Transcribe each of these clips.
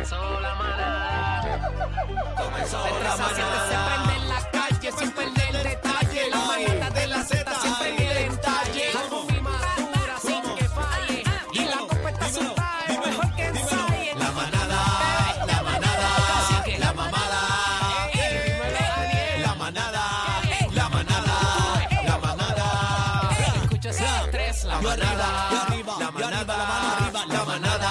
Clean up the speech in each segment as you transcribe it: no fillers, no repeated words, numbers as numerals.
Comenzó la manada. Comenzó la manada. Se prende en la calle sin perder detalle. La manada de la Z siempre en el entalle. Con mi madura sin que falle. Y la copa está asustada, mejor que ensaye. La manada, la manada. Así que la mamada. La manada, la manada, la manada. Escucha ese tres, la manada. La manada, la mano arriba, la manada.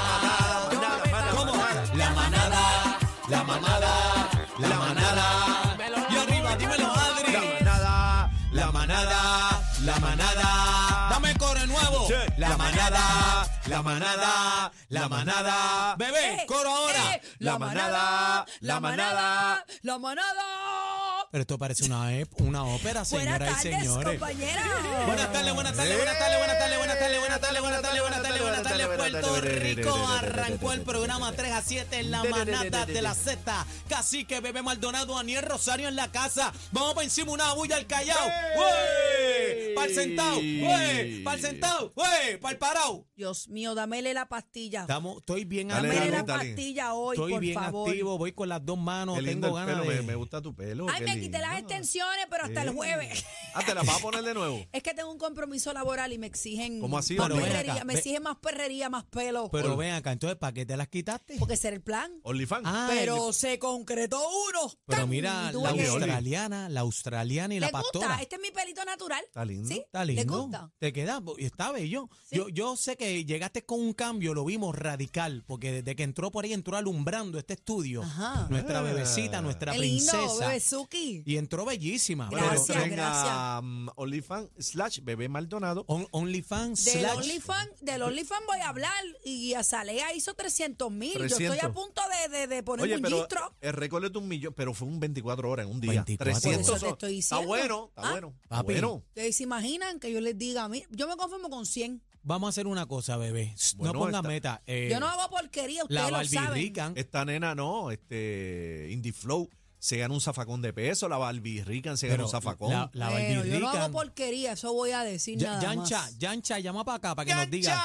La manada, la manada, la manada. Y arriba, dímelo, Adri. La manada, la manada. Dame coro nuevo. La manada, la manada, la manada. Bebé, coro ahora. La manada, la manada, la manada. Pero esto parece una ópera, señoras y señores. Compañera. Buenas tardes, buenas tardes, buenas tardes, buenas tardes, buenas tardes, buenas tardes, buenas tardes, buenas tardes, buenas tardes, Puerto Rico. Arrancó el programa 3 a 7 en la manada de la Z. Cacique, Bebé Maldonado, Aniel Rosario en la casa. Vamos para encima una bulla al Callao. ¡Wey! Para el sentado, wey, para el sentado, wey, para el parado. Dios mío, dámele la pastilla. Estoy bien Dámele activo. la pastilla hoy, Estoy por bien favor. activo, voy con las dos manos, Qué lindo tengo el ganas pelo, de... me gusta tu pelo. Ay, qué me quité lindo. las extensiones, pero hasta el jueves. Ah, ¿te la vas a poner de nuevo? Es que tengo un compromiso laboral y me exigen ¿Cómo así? más Pero ven perrería, acá, me ve- exigen más perrería, más pelo. Pero ven acá, entonces, ¿para qué te las quitaste? Porque ese era el plan. OnlyFans. Ah, Pero se concretó uno. pero ¡Tan! mira, Y tuve la que- australiana y la ¿Le pastora. gusta? Este es mi pelito natural. Está lindo. ¿Sí? Está ¿Le lindo. gusta? Te queda, está bello. Sí. Yo sé que llegaste con un cambio, lo vimos radical, porque desde que entró por ahí, entró alumbrando este estudio. Ajá. Nuestra bebecita, nuestra Qué lindo, princesa. Bebezuki. Y entró bellísima. Bueno, Gracias, entren gracias. a OnlyFans / Bebé Maldonado. OnlyFans Del OnlyFans voy a hablar y Azalea hizo 300,000. Yo estoy 300. a punto de poner Oye, un pero distro. el récord es de 1,000,000, pero fue un 24 horas en un día. 24 Por 300. eso te estoy Está diciendo. bueno, está Ah, bueno. Está Papi. bueno. ¿Ustedes se imaginan que yo les diga a mí? Yo me conformo con 100. Vamos a hacer una cosa, bebé. Bueno, no ponga esta- meta. Yo no hago porquería, La ustedes lo saben. Barbie Esta nena no, Indie Flow se gana un zafacón de peso, la Barbie Rican se gana un zafacón. La Bueno, Barbie yo no hago Rican. porquería, eso voy a decir nada más. Yancha, llama para acá para que nos diga.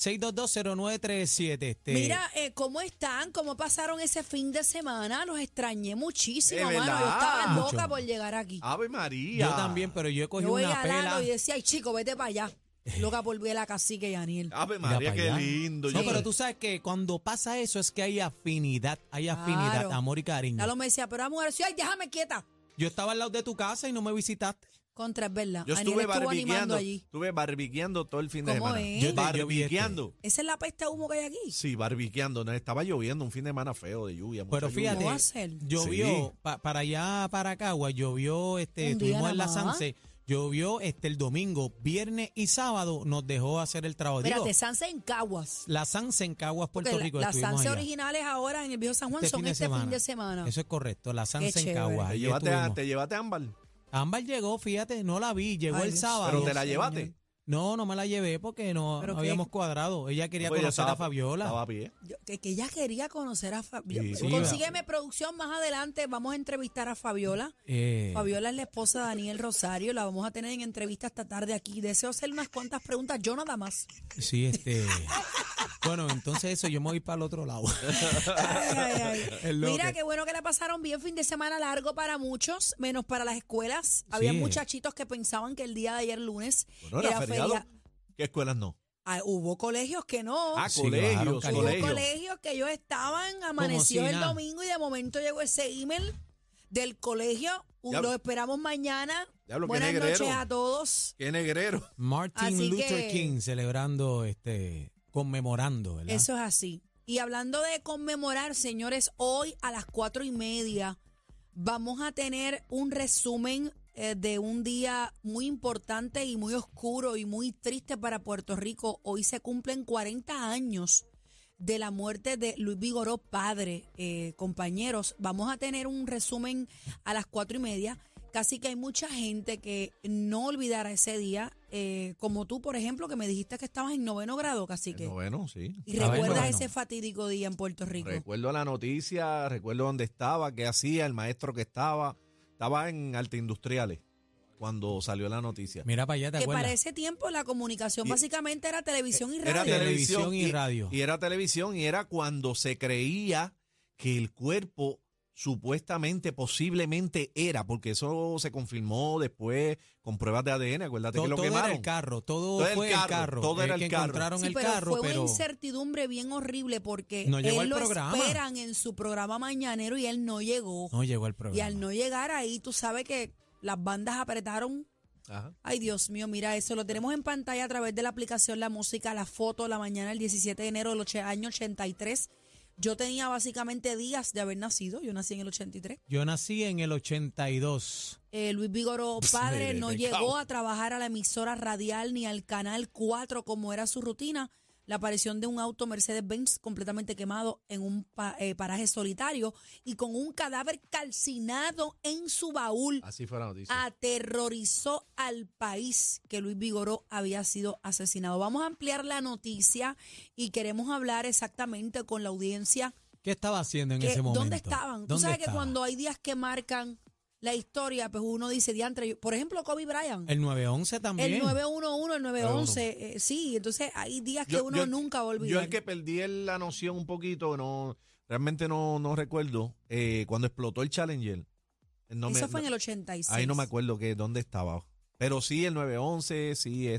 6220937. Mira, ¿cómo están? ¿Cómo pasaron ese fin de semana? Los extrañé muchísimo, Es mano. Yo verdad. estaba loca Mucho. por llegar aquí. Ave María. Yo también, pero yo he Yo cogido voy una a Lalo pela. y decía, ay, chico, vete para allá. Loca por ver a Cacique y a Aniel. Ave Mira María, pa' qué allá. lindo. No, Yo- pero tú sabes que cuando pasa eso es que hay afinidad, Claro. amor y cariño. Lalo me decía, pero la mujer, sí, ay, déjame quieta. Yo estaba al lado de tu casa y no me visitaste. Contra, es verdad. Yo Aniel estuve estuvo animando allí. barbiqueando todo el fin de ¿Cómo semana. es? Yo vi Barbiqueando. Esa es la peste de humo que hay aquí. Sí, barbiqueando. No, estaba lloviendo un fin de semana feo de lluvia. mucha Pero lluvia. fíjate, ¿Cómo va a ser? llovió para allá, para Cagua, llovió, Un día estuvimos en la nada más. Sanse, llovió el domingo, viernes y sábado nos dejó hacer el trabajo. Digo, Espérate, Sanse en Caguas. la Sanse en Caguas, Porque Puerto Rico, las estuvimos Sanse allá. originales ahora en el viejo San Juan son este fin de semana. Eso es correcto, la Sanse en chévere. Caguas. ¿Te ahí llevaste, estuvimos. te llevaste a Ámbar? Ámbar llegó, fíjate, no la vi, llegó Ay, el Dios. sábado. ¿Pero te la Señor. llevaste? No me la llevé porque no ¿Pero qué? habíamos cuadrado. Ella quería Pues ya conocer a estaba- Fabiola. Estaba a pie. Que ella quería conocer a Fabiola. Sí, Consígueme producción más adelante. Vamos a entrevistar a Fabiola. Fabiola es la esposa de Daniel Rosario. La vamos a tener en entrevista esta tarde aquí. Deseo hacer unas cuantas preguntas. Yo nada más. Sí, bueno, entonces eso, yo me voy para el otro lado. Ay, ay, ay. Es lo Mira, que- qué bueno que la pasaron bien. Fin de semana largo para muchos, menos para las escuelas. Había Sí. muchachitos que pensaban que el día de ayer lunes Bueno, era feriado. ¿Qué escuelas no? Ah, hubo colegios que no. Ah, Sí, colegios, bajaron Hubo calidad. colegios. colegios que ellos estaban, amaneció si el nada. domingo y de momento llegó ese email del colegio. Ya- Lo esperamos mañana. Diablo, qué Buenas negrero. noches a todos. Qué negrero. Martin Así Luther que- King celebrando, conmemorando, ¿verdad? Eso es así. Y hablando de conmemorar, señores, hoy a las 4:30 vamos a tener un resumen de un día muy importante y muy oscuro y muy triste para Puerto Rico. Hoy se cumplen 40 años de la muerte de Luis Vigoró, padre. Compañeros, vamos a tener un resumen a las 4:30. Casi que hay mucha gente que no olvidará ese día, como tú, por ejemplo, que me dijiste que estabas en 9º grado, Cacique. Bueno, sí. Y Estaba en recuerdas noveno. ese fatídico día en Puerto Rico. Recuerdo la noticia, recuerdo dónde estaba, qué hacía, el maestro que estaba. Estaba en Arte Industriales cuando salió la noticia. Mira para allá, ¿te Que acuerdas? para ese tiempo la comunicación Y- básicamente era televisión y radio. Era televisión y radio. Y era televisión y era cuando se creía que el cuerpo supuestamente, posiblemente era, porque eso se confirmó después con pruebas de ADN, acuérdate que lo todo quemaron. era el carro, todo fue el carro. todo era el que carro. encontraron Sí, el pero carro, fue pero una incertidumbre bien horrible porque No llegó él al lo programa. esperan en su programa mañanero y él no llegó. no llegó el Y programa. al no llegar ahí, tú sabes que las bandas apretaron. Ajá. Ay, Dios mío, mira eso. Lo tenemos en pantalla a través de la aplicación La Música, la foto, la mañana del 17 de enero del año 83. Yo tenía básicamente días de haber nacido. Yo nací en el 83. Yo nací en el 82. Luis Vigoró, padre, mire, no me llegó cago. a trabajar a la emisora radial ni al Canal 4 como era su rutina. La aparición de un auto Mercedes-Benz completamente quemado en un paraje solitario y con un cadáver calcinado en su baúl Así fue la noticia. aterrorizó al país que Luis Vigoró había sido asesinado. Vamos a ampliar la noticia y queremos hablar exactamente con la audiencia. ¿Qué estaba haciendo en ese momento? ¿Dónde estaban? Tú ¿Dónde sabes que estaba? cuando hay días que marcan la historia, pues uno dice, diantre, por ejemplo, Kobe Bryant. El 911 también. El 911, el 911, sí, entonces hay días que uno nunca va a olvidar. Yo el que perdí la noción un poquito, realmente no recuerdo, cuando explotó el Challenger. Eso fue en el 86. Ahí no me acuerdo dónde estaba. Pero sí, el 911, sí,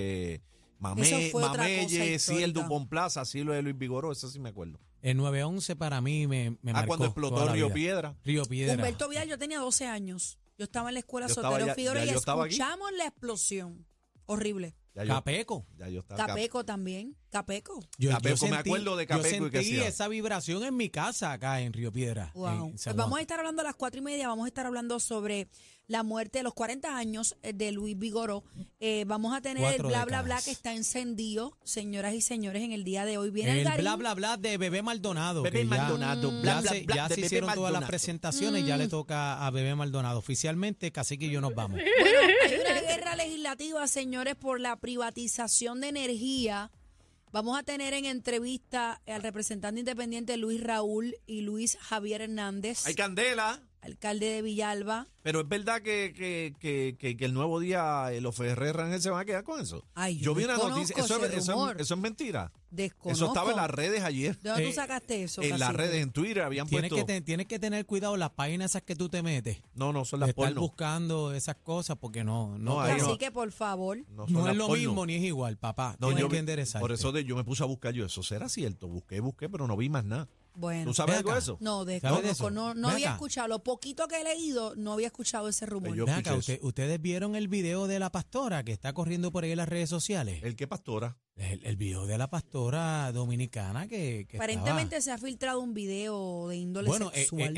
Eso fue otra cosa Mamelle, sí, el histórica. Dupont Plaza, sí, lo de Luis Vigoró, eso sí me acuerdo. El 911 para mí me marcó Cuando explotó toda la Río vida. Piedra. Río Piedra. Humberto Vidal, yo tenía 12 años. Yo estaba en la escuela Yo estaba Sotero ya- Figueroa ya y yo estaba aquí. escuchamos la explosión. Horrible. Ya yo, Capeco. ya yo estaba. Capeco también. Capeco. Capeco, me acuerdo de Capeco y Yo que sentí hacía. esa vibración en mi casa acá en Río Piedra. Wow. en Pues San vamos Juan. a estar hablando a las 4:30, vamos a estar hablando sobre la muerte de los 40 años de Luis Vigoró. Vamos a tener 4 el bla, bla, bla décadas. que está encendido, señoras y señores, en el día de hoy. Viene el El Garín. bla, bla, bla de Bebé Maldonado. Bebé que ya- Maldonado, ya bla, bla, se, bla ya de se Bebé hicieron todas las Maldonado. presentaciones, ya le toca a Bebé Maldonado. Oficialmente, Cacique y yo nos vamos. Bueno, hay una guerra legislativa, señores, por la privatización de energía. Vamos a tener en entrevista al representante independiente Luis Raúl y Luis Javier Hernández, Hay candela. alcalde de Villalba. Pero es verdad que el nuevo día los Ferrer Rangel se van a quedar con eso. Ay, Yo vi una desconozco noticia, ese rumor. eso es mentira. Desconozco. Eso estaba en las redes ayer. ¿De dónde Eh, tú sacaste eso, En las cacique? redes, en Twitter habían Tienes puesto. tienes que tener cuidado las páginas esas que tú te metes. No, son De las estar porno. buscando esas cosas porque no ahí no. Cacique, por favor. No, son es las lo porno. mismo ni es igual, papá. No, Tienes yo que vi- enderezarte. Por eso yo me puse a buscar yo. Eso será cierto. Busqué, pero no vi más nada. Bueno. ¿Tú sabes Ven algo acá. de eso? No, ¿Sabes de desconozco. eso? No Ven había acá. escuchado. Lo poquito que he leído, no había escuchado ese rumor. Yo Ven acá, escuché eso. ustedes vieron el video de la pastora que está corriendo por ahí en las redes sociales. ¿El qué pastora? El video de la pastora dominicana que Aparentemente se ha filtrado un video de índole bueno, sexual.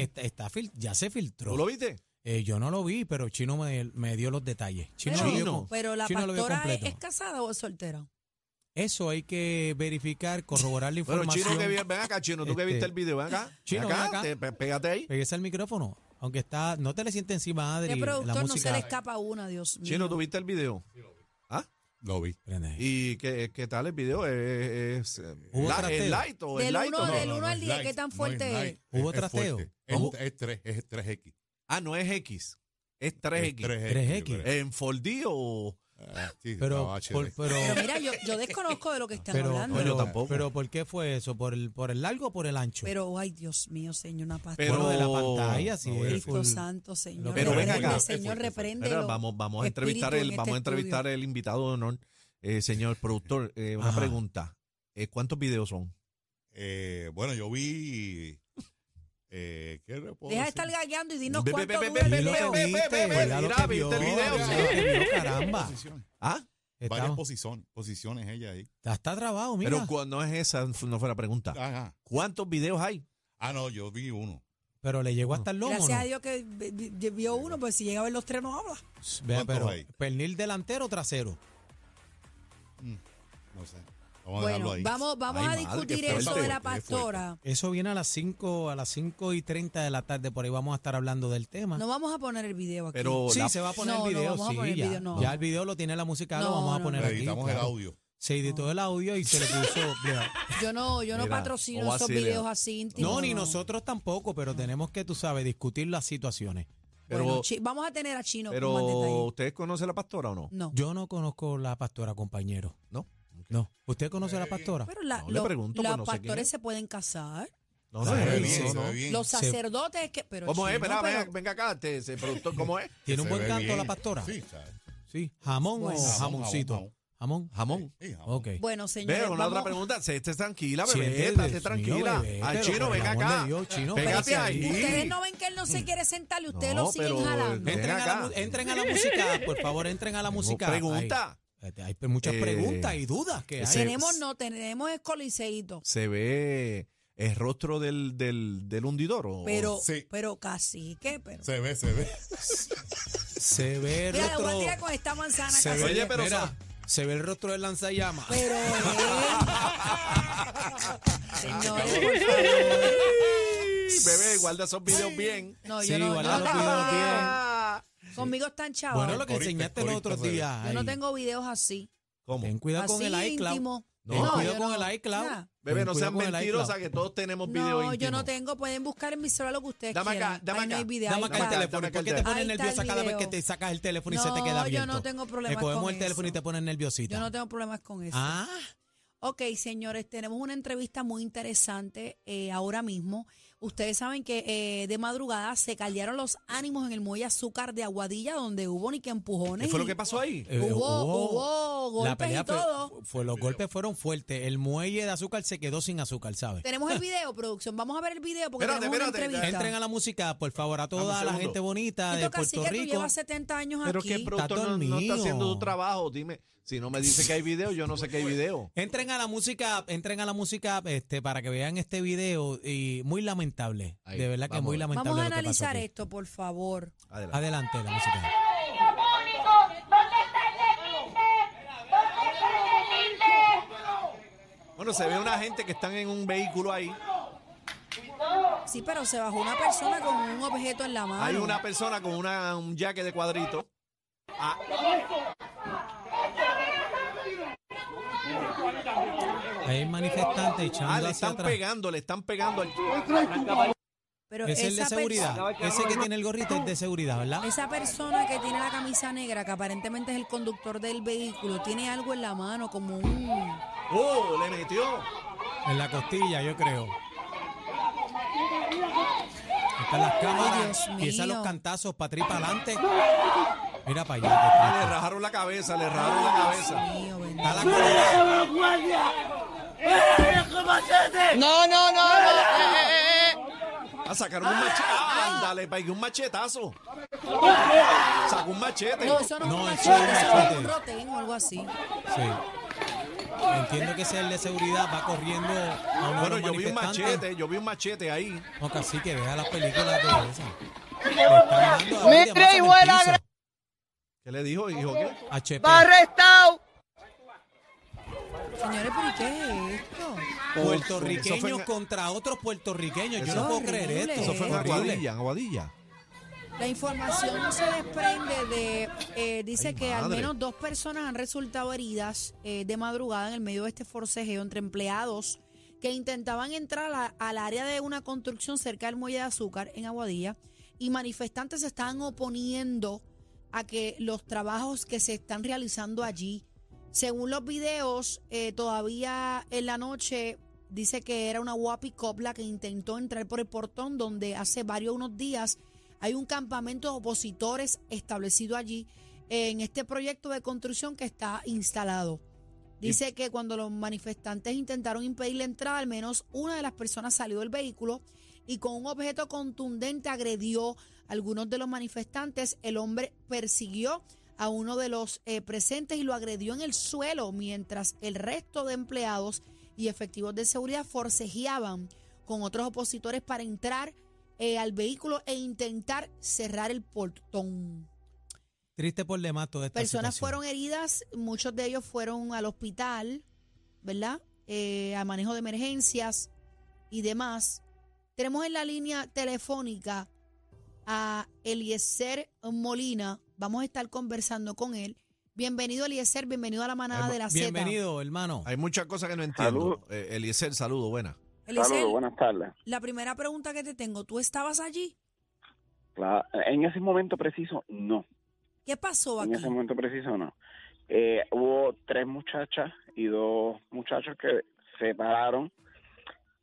ya se filtró. ¿Tú lo viste? Yo no lo vi, pero Chino me dio los detalles. Chino, pero, lo vio, Chino. pero la Chino lo vio pastora completo. es casada o es soltera. Eso hay que verificar, corroborar la Bueno, información. Chino, ven acá, Chino. Tú que viste el video, ven acá. Chino, ven acá. Pégate ahí. Pégase al micrófono. Aunque está, no te le sientes encima, Adri. ¿Qué la productor no se música. le escapa una, Dios mío? Chino, ¿tú viste el video? ¿Ah? Lo vi. Prende ahí. ¿Y qué tal el video? ¿Es Hubo ¿es trasteo. light o es Del light o 1 no? del 1 al es 10, light, ¿qué tan no fuerte light, es? ¿Hubo trasteo? fuerte. ¿Cómo? Es 3X. Ah, no es X. Es 3X. 3X. ¿En 4D o...? Sí, Pero, estaba HD. pero, Pero mira, yo desconozco de lo que están hablando. Yo tampoco. pero ¿por qué fue eso? ¿Por el largo o por el ancho? Pero, ay, Dios mío, Señor, una pastora. Pero- Bueno, de la pantalla, sí. No, es Cristo full. santo, Señor. Pero ven Reprende, acá. Señor, reprende. Espera, vamos a entrevistar el invitado de honor, señor productor. Una Ajá. pregunta. ¿Cuántos videos son? Bueno, yo vi. ¿Qué le puedo Deja de decir? estar gagueando y dinos Ve, cuánto ve, dura el ve, Di lo video. que viste, ¿verdad? Lo mira, que ¿viste el vio, video? ¿verdad? Lo que vio, caramba. Posiciones. ¿Ah? Varias Estamos- posiciones ella ahí. Está trabado, mira. Pero no es esa, no fue la pregunta. Ajá. ¿Cuántos videos hay? No, yo vi uno. Pero le llegó hasta el lomo, Gracias ¿no? a Dios que vio uno, pues si llega a ver los tres no habla. Vea, ¿Cuántos pero hay? pernil delantero o trasero. No sé. Vamos a dejarlo Bueno, ahí. vamos Ay, a madre, discutir qué eso fuerte, de la qué fuerte. pastora. Eso viene a las 5:30 de la tarde, por ahí vamos a estar hablando del tema. No vamos a poner el video aquí. Pero Sí, la- se va a poner No, el no video, vamos a sí, poner el ya. video, no. Ya el video lo tiene la música, lo No, vamos a no, poner no. aquí. Editamos el claro. audio. Se editó el audio y se le puso... vea. Yo no Mira, patrocino o esos así, videos así íntimos. No, ni nosotros tampoco, pero tenemos que, tú sabes, discutir las situaciones. Pero- Bueno, vamos a tener a Chino con más Pero, detalle. ¿ustedes conocen a la pastora o no? No. Yo no conozco la pastora, compañero. No. No. ¿Usted conoce a la pastora? Pero No, le pregunto, los pues no sé quién pastores es. se pueden casar. No, Se no ve es bien, eso, se no. ve bien. Los sacerdotes que... Pero ¿Cómo es? chino, Espera, pero- venga acá, ese productor, ¿cómo es? ¿Tiene un Se buen ve canto bien. la pastora? Sí, ¿sabes? Sí. ¿Jamón Bueno. o jamoncito? Jamón, ¿Jamón? Jamón. Sí, jamón. Ok. Bueno, señores, Ve, una otra vamos- pregunta. Esté tranquila, Sí, bebé. entiende, Estate Dios mío, tranquila. bebé, Al pero chino, por el venga amor acá. de Dios, chino, Pégate espérese ahí. Ustedes no ven que él no se quiere sentar y ustedes No, lo siguen pero- jalando. Ven Entren a, la, acá. entren a la música, por favor, entren a la música. Pregunta. Hay muchas Eh, preguntas y dudas que hay. Tenemos el coliseíto. Se ve el rostro del hundidor. Sí. Pero cacique, pero... Se ve, se ve. Se ve el Mira, le voy a rostro. tirar con esta manzana Se cacique. ve, Oye, pero mira, se ve el rostro del lanzallamas. Pero señores, por favor. Bebé, guarda esos videos bien. No, Sí, yo no, guarda yo no los tengo videos bien. Ah, Conmigo están chavos. Bueno, lo que Coriste, enseñaste los coriste, otros se ve. días. Yo no ahí. tengo videos así. ¿Cómo? Ten cuidado con Así el iCloud. íntimo. No, Ten No, cuidado yo con no. el iCloud. Nah. Bebé, Ten no cuidado sean con el mentirosas iCloud. que todos tenemos videos No, íntimos. yo no tengo. Pueden buscar en mi celular lo que ustedes Dame acá, quieran. dame Ahí no acá. hay video. Dame ahí acá el está. teléfono. dame ¿Por acá qué el te pones teléfono. Ahí está nerviosa el cada vez video. que te sacas el teléfono y No, se te queda abierto? yo no tengo problemas Te cogemos con el teléfono y eso. te pones nerviosita. Yo no tengo problemas con eso. Ah, Ok, señores, tenemos una entrevista muy interesante ahora mismo. Ustedes saben que de madrugada se caldearon los ánimos en el muelle Azúcar de Aguadilla, donde hubo ni que empujones. ¿Qué fue lo y que pasó ahí? Hubo la golpes pelea y todo. los golpes fueron fuertes. El muelle de azúcar se quedó sin azúcar, ¿sabes? Tenemos el video, producción. Vamos a ver el video porque Espérate, tenemos una espérate, entrevista. Entren a la música, por favor, a Dame toda un la segundo. gente bonita de Tito Puerto Cacique, tú Rico. llevas 70 años Pero aquí. que el productor no está dormido. haciendo su trabajo. Dime, si no me dice que hay video, yo no sé que hay video. Entren a la música para que vean este video y muy lamentable. Ahí, De verdad que vamos muy a ver. lamentable. Vamos a lo que pasó analizar aquí. esto, por favor. Adelante. Adelante la música. Bueno, se ve una gente que están en un vehículo ahí. Sí, pero se bajó una persona con un objeto en la mano. Hay una persona con un jaque de cuadrito. Ah, Hay manifestantes echando le hacia están atrás. pegando, le están pegando. Pero Ese es el de esa seguridad. perso- Ese que tiene el gorrito es de seguridad, ¿verdad? Esa persona que tiene la camisa negra, que aparentemente es el conductor del vehículo, tiene algo en la mano, como un... ¡Oh! Le metió. En la costilla, yo creo. Están las cámaras, Dios empiezan mío. los cantazos para atrás y para adelante. Mira para allá. Ah, qué le triste. rajaron la cabeza, le rajaron la cabeza. Mío, bendito. Está la colorada. Ah, sacaron un machete. Ah, ándale, pegué un machetazo. Sacó un machete. No, eso no, No, es eso un es un machete, eso es machete. un rotén o algo así. Sí. Entiendo que ese es el de seguridad, va corriendo a uno Bueno, de los yo vi un manifestantes. machete ahí. No, casi que vea las películas de esas. Le están dando a William Maza en el piso. ¿Qué le dijo? ¿Dijo qué? HP. Señores, ¿pero y qué es esto? Eso Puertorriqueños fue en- contra otros puertorriqueños. Yo Eso- no puedo creer horrible. esto. Eso fue en Horrible. Aguadilla, en Aguadilla. La información se desprende de, dice Ay, que al madre. menos 2 personas han resultado heridas de madrugada en el medio de este forcejeo entre empleados que intentaban entrar al área de una construcción cerca del muelle de azúcar en Aguadilla y manifestantes se estaban oponiendo a que los trabajos que se están realizando allí, según los videos, todavía en la noche dice que era una guapi copla que intentó entrar por el portón donde hace unos días hay un campamento de opositores establecido allí en este proyecto de construcción que está instalado. Dice que cuando los manifestantes intentaron impedir la entrada, al menos una de las personas salió del vehículo y con un objeto contundente agredió a algunos de los manifestantes. El hombre persiguió a uno de los presentes y lo agredió en el suelo mientras el resto de empleados y efectivos de seguridad forcejeaban con otros opositores para entrar al vehículo e intentar cerrar el portón. Triste por demás toda esta Personas situación. fueron heridas, muchos de ellos fueron al hospital, ¿verdad? A manejo de emergencias y demás. Tenemos en la línea telefónica a Eliezer Molina. Vamos a estar conversando con él. Bienvenido, Eliezer, bienvenido a la manada de la Z. Bienvenido, hermano. Hay muchas cosas que no entiendo. Salud. Eliezer, saludo, buena. Eliezer, Saludos, buenas tardes. la primera pregunta que te tengo, ¿tú estabas allí? En ese momento preciso, no. ¿Qué pasó En aquí? ese momento preciso, no. Hubo 3 muchachas y 2 muchachos que se pararon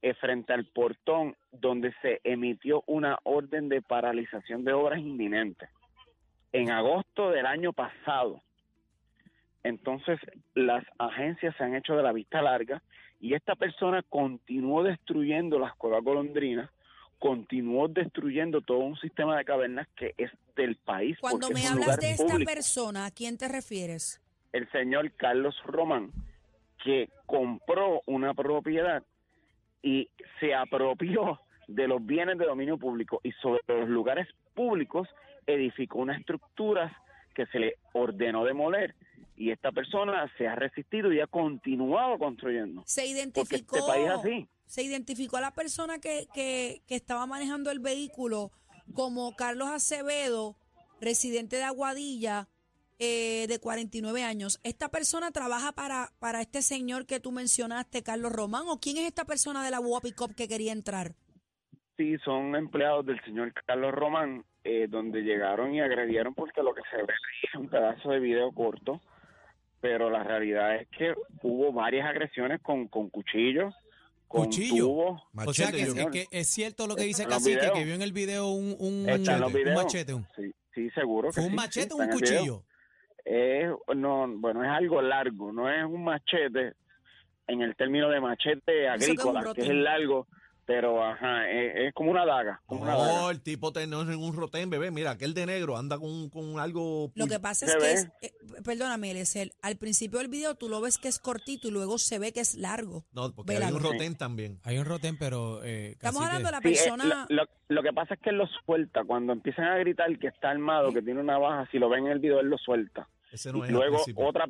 frente al portón donde se emitió una orden de paralización de obras inminentes en agosto del año pasado. Entonces, las agencias se han hecho de la vista larga y esta persona continuó destruyendo las cuevas golondrinas, continuó destruyendo todo un sistema de cavernas que es del país. Cuando porque me es un hablas lugar de esta público. persona, ¿a quién te refieres? El señor Carlos Román, que compró una propiedad y se apropió de los bienes de dominio público y sobre los lugares públicos edificó unas estructuras que se le ordenó demoler, y esta persona se ha resistido y ha continuado construyendo. Se Porque identificó, este país es así. se identificó a la persona que estaba manejando el vehículo como Carlos Acevedo, residente de Aguadilla, de 49 años. ¿Esta persona trabaja para este señor que tú mencionaste, Carlos Román? ¿O quién es esta persona de la Guapicop que quería entrar? Sí, son empleados del señor Carlos Román, donde llegaron y agredieron, porque lo que se ve ahí es un pedazo de video corto, pero la realidad es que hubo varias agresiones con cuchillos, con ¿Cuchillo? tubos. O sea Machete, yo- que es cierto lo que dice Están los Cacique, videos. que vio en el video un Están los machete. Un videos. machete. Sí, seguro que ¿Fue un sí, machete sí, o un está en el video. cuchillo? Bueno, es algo largo, no es un machete en el término de machete que es un agrícola, que es rotén. el largo, pero es como una daga, como una daga. No, el tipo no es en un rotén, bebé. Mira, aquel de negro anda con algo. Lo que pasa es ¿Se que, ve? perdóname, Eliezer, al principio del video tú lo ves que es cortito y luego se ve que es largo. No, porque Vélalo. hay un rotén también. Hay un rotén, pero Estamos Cacique, hablando de la Sí, persona... lo que pasa es que él lo suelta, cuando empiezan a gritar que está armado, que tiene una baja, si lo ven en el video, él lo suelta. Ese no Y es al luego principio. otra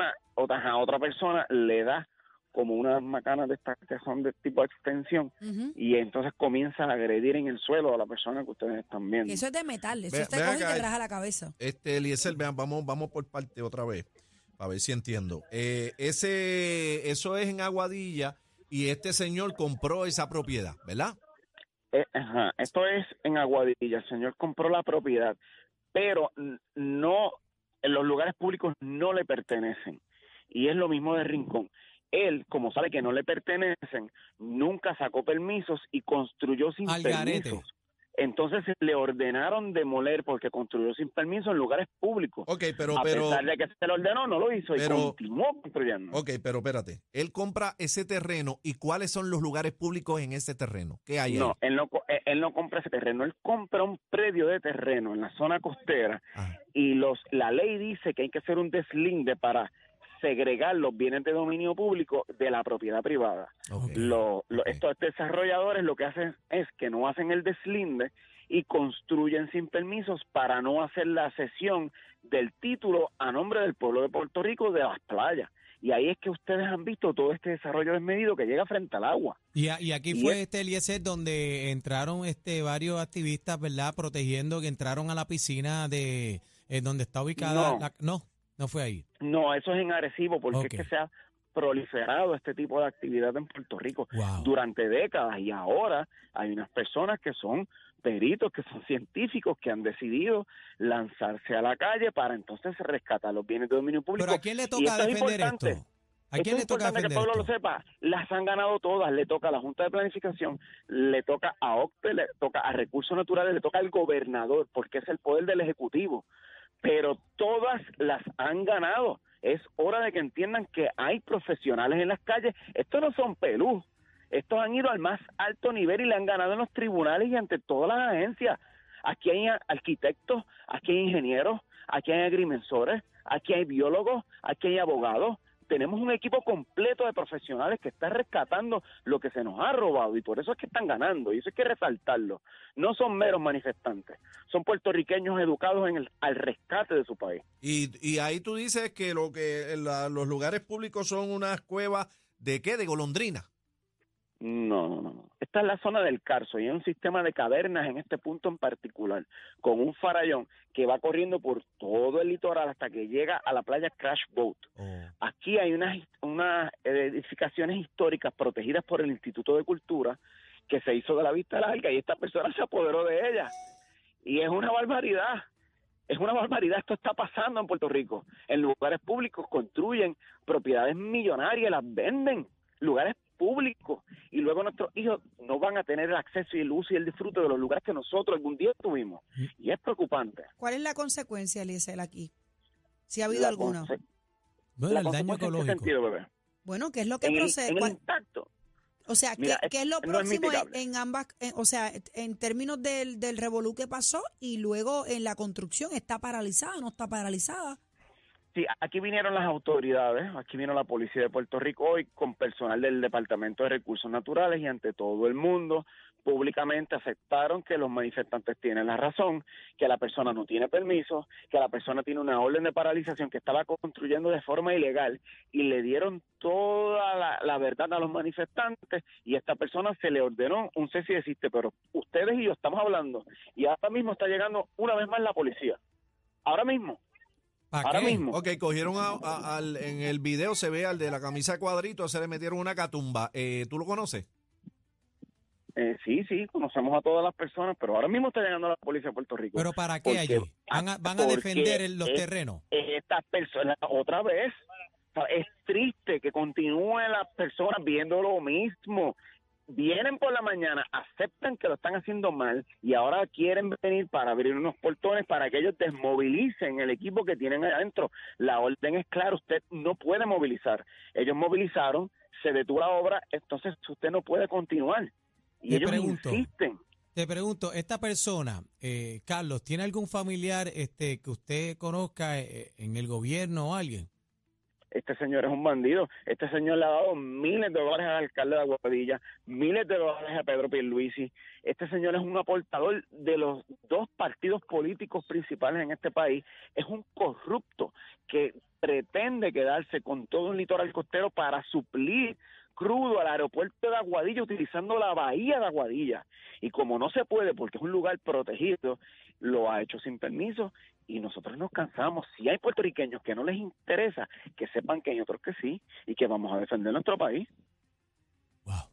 persona le da como unas macanas de estas que son de tipo de extensión, Ujú. y entonces comienza a agredir en el suelo a la persona que ustedes están viendo. Eso es de metal, eso Ve- te ve coge y acá. te raja la cabeza. Eliezer, vean, vamos por parte otra vez, para ver si entiendo. Eso es en Aguadilla y este señor compró esa propiedad, ¿verdad? Esto es en Aguadilla. El señor compró la propiedad, pero no, en los lugares públicos no le pertenecen. Y es lo mismo de Rincón. Él, como sabe que no le pertenecen, nunca sacó permisos y construyó sin Al garete. permisos. Entonces le ordenaron demoler porque construyó sin permiso en lugares públicos. Ok, pero, A pesar de que se le ordenó, no lo hizo y pero- continuó construyendo. ok, pero espérate. Él compra ese terreno y ¿cuáles son los lugares públicos en ese terreno? ¿Qué hay ahí? No, él no compra ese terreno, él compra un predio de terreno en la zona costera Ah, y la ley dice que hay que hacer un deslinde para segregar los bienes de dominio público de la propiedad privada. ok. Estos desarrolladores lo que hacen es que no hacen el deslinde y construyen sin permisos para no hacer la cesión del título a nombre del pueblo de Puerto Rico de las playas. Y ahí es que ustedes han visto todo este desarrollo desmedido que llega frente al agua. Y aquí Y fue Eliezer donde entraron varios activistas, ¿verdad? Protegiendo que entraron a la piscina de donde está ubicada. No. No fue ahí. No, eso es en Arecibo, porque Ok. es que se ha proliferado este tipo de actividad en Puerto Rico Wow. durante décadas, y ahora hay unas personas que son peritos, que son científicos, que han decidido lanzarse a la calle para entonces rescatar los bienes de dominio público. Pero ¿a quién le Y toca esto es defender importante. esto? ¿A Esto quién es le toca importante que defender el pueblo esto? lo sepa. Las han ganado todas. Le toca a la Junta de Planificación, le toca a OCTE, le toca a Recursos Naturales, le toca al gobernador, porque es el poder del Ejecutivo. Pero todas las han ganado. Es hora de que entiendan que hay profesionales en las calles. Estos no son pelús. Estos han ido al más alto nivel y le han ganado en los tribunales y ante todas las agencias. Aquí hay arquitectos, aquí hay ingenieros, aquí hay agrimensores, aquí hay biólogos, aquí hay abogados. Tenemos un equipo completo de profesionales que está rescatando lo que se nos ha robado, y por eso es que están ganando, y eso hay que resaltarlo. No son meros manifestantes, son puertorriqueños educados al rescate de su país. Y ahí tú dices que los lugares públicos son unas cuevas ¿de qué? ¿De golondrina? No. Esta es la zona del Carso y hay un sistema de cavernas en este punto en particular, con un farallón que va corriendo por todo el litoral hasta que llega a la playa Crash Boat. Oh. Aquí hay unas edificaciones históricas protegidas por el Instituto de Cultura que se hizo de la vista larga, y esta persona se apoderó de ella. Y es una barbaridad. Es una barbaridad. Esto está pasando en Puerto Rico. En lugares públicos construyen propiedades millonarias, las venden. Lugares público y luego nuestros hijos no van a tener el acceso y el uso y el disfrute de los lugares que nosotros algún día tuvimos. Y es preocupante. ¿Cuál es la consecuencia, Eliezer, aquí? Si ha habido La alguna. Bueno, el daño consecuencia ¿en qué ecológico. sentido, bebé? Bueno, ¿qué es lo que En procede? el ¿Cuál- impacto. O sea, Mira, ¿qué es lo no es próximo mitigable. en ambas, o sea, en términos del revolú que pasó y luego en la construcción? ¿Está paralizada, no está paralizada? Sí, aquí vinieron las autoridades, aquí vino la policía de Puerto Rico hoy con personal del Departamento de Recursos Naturales y ante todo el mundo públicamente aceptaron que los manifestantes tienen la razón, que la persona no tiene permiso, que la persona tiene una orden de paralización, que estaba construyendo de forma ilegal y le dieron toda la verdad a los manifestantes y a esta persona se le ordenó un cese y desiste, pero ustedes y yo estamos hablando y ahora mismo está llegando una vez más la policía. Ahora mismo. ¿Para Ahora qué? mismo. Ok, cogieron en el video se ve al de la camisa de cuadrito, se le metieron una catumba. ¿Tú lo conoces? Sí, conocemos a todas las personas, pero ahora mismo está llegando la policía de Puerto Rico. ¿Pero para qué Porque- allí? ¿Van a porque defender los es- terrenos? Estas personas, otra vez, o sea, es triste que continúen las personas viendo lo mismo. Vienen por la mañana, aceptan que lo están haciendo mal y ahora quieren venir para abrir unos portones para que ellos desmovilicen el equipo que tienen adentro. La orden es clara, usted no puede movilizar. Ellos movilizaron, se detuvo la obra, entonces usted no puede continuar. Y Te ellos pregunto. insisten. Te pregunto, esta persona, Carlos, ¿tiene algún familiar que usted conozca en el gobierno o alguien? Este señor es un bandido. Este señor le ha dado miles de dólares al alcalde de Aguadilla, miles de dólares a Pedro Pierluisi. Este señor es un aportador de los dos partidos políticos principales en este país. Es un corrupto que pretende quedarse con todo un litoral costero para suplir crudo al aeropuerto de Aguadilla utilizando la bahía de Aguadilla. Y como no se puede porque es un lugar protegido, lo ha hecho sin permiso y nosotros nos cansamos. Si hay puertorriqueños que no les interesa, que sepan que hay otros que sí y que vamos a defender nuestro país. Wow,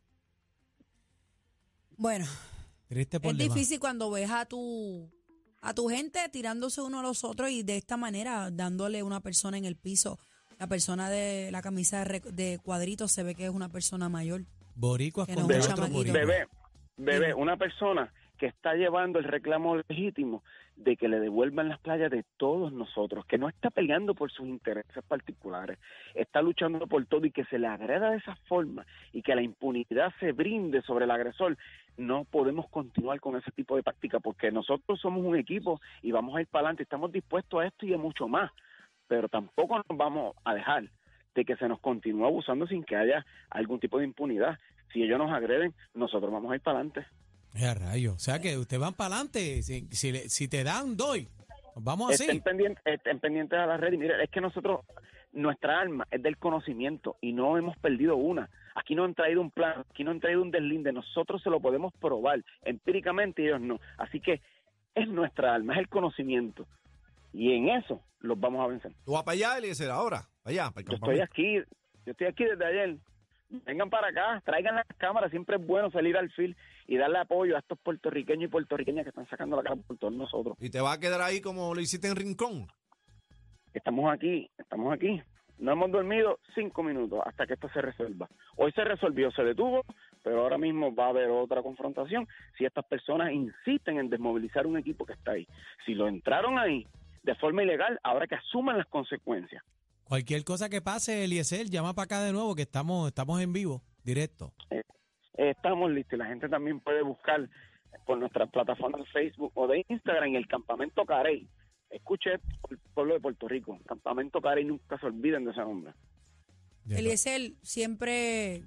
Bueno, triste por es demás. difícil cuando ves a tu gente tirándose uno a los otros y de esta manera dándole una persona en el piso. La persona de la camisa de cuadritos se ve que es una persona mayor. Boricuas Que no contra es un otros chamaquito. boricuas. Bebé, una persona que está llevando el reclamo legítimo de que le devuelvan las playas de todos nosotros, que no está peleando por sus intereses particulares, está luchando por todo y que se le agreda de esa forma y que la impunidad se brinde sobre el agresor. No podemos continuar con ese tipo de práctica porque nosotros somos un equipo y vamos a ir para adelante, estamos dispuestos a esto y a mucho más, pero tampoco nos vamos a dejar de que se nos continúe abusando sin que haya algún tipo de impunidad. Si ellos nos agreden, nosotros vamos a ir para adelante. Rayo. O sea que ustedes van para adelante. Si te dan, doy. Nos vamos así. Estén pendientes a la red y mire, es que nosotros, nuestra alma es del conocimiento y no hemos perdido una. Aquí no han traído un plan, aquí no han traído un deslinde, nosotros se lo podemos probar empíricamente y ellos no. Así que es nuestra alma, es el conocimiento y en eso los vamos a vencer. ¿Tú vas para allá, Eliezer, ahora? Para allá, para el Yo estoy campamento. aquí desde ayer. Vengan para acá, traigan las cámaras, siempre es bueno salir al fil y darle apoyo a estos puertorriqueños y puertorriqueñas que están sacando la cara por todos nosotros. ¿Y te vas a quedar ahí como lo hiciste en Rincón? Estamos aquí. No hemos dormido 5 minutos hasta que esto se resuelva. Hoy se resolvió, se detuvo, pero ahora mismo va a haber otra confrontación si estas personas insisten en desmovilizar un equipo que está ahí. Si lo entraron ahí de forma ilegal, ahora que asuman las consecuencias. Cualquier cosa que pase, Eliezer, llama para acá de nuevo que estamos en vivo, directo. Estamos listos y la gente también puede buscar por nuestras plataformas de Facebook o de Instagram el Campamento Carey. Escuche el pueblo de Puerto Rico, Campamento Carey, nunca se olviden de ese nombre. Eliezer siempre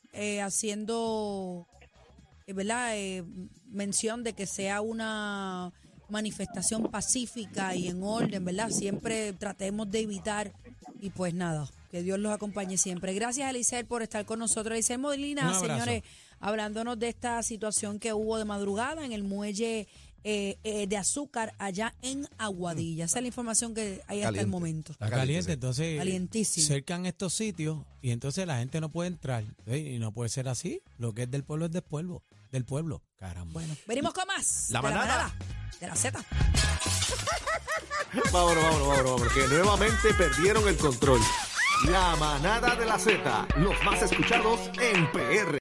haciendo, ¿verdad? Mención de que sea una manifestación pacífica y en orden, ¿verdad? Siempre tratemos de evitar y pues nada, que Dios los acompañe siempre. Gracias, Eliezer, por estar con nosotros. Eliezer Molina, Un abrazo. señores, hablándonos de esta situación que hubo de madrugada en el muelle de Azúcar allá en Aguadilla. Esa es la información que hay hasta el Caliente. momento. Está caliente, sí. entonces Calientísimo. cercan estos sitios y entonces la gente no puede entrar. Y no puede ser así. Lo que es del pueblo es del pueblo. Caramba. Bueno, venimos con más. La de manada. De la Z. Vámonos, que nuevamente perdieron el control. La manada de la Z, los más escuchados en PR.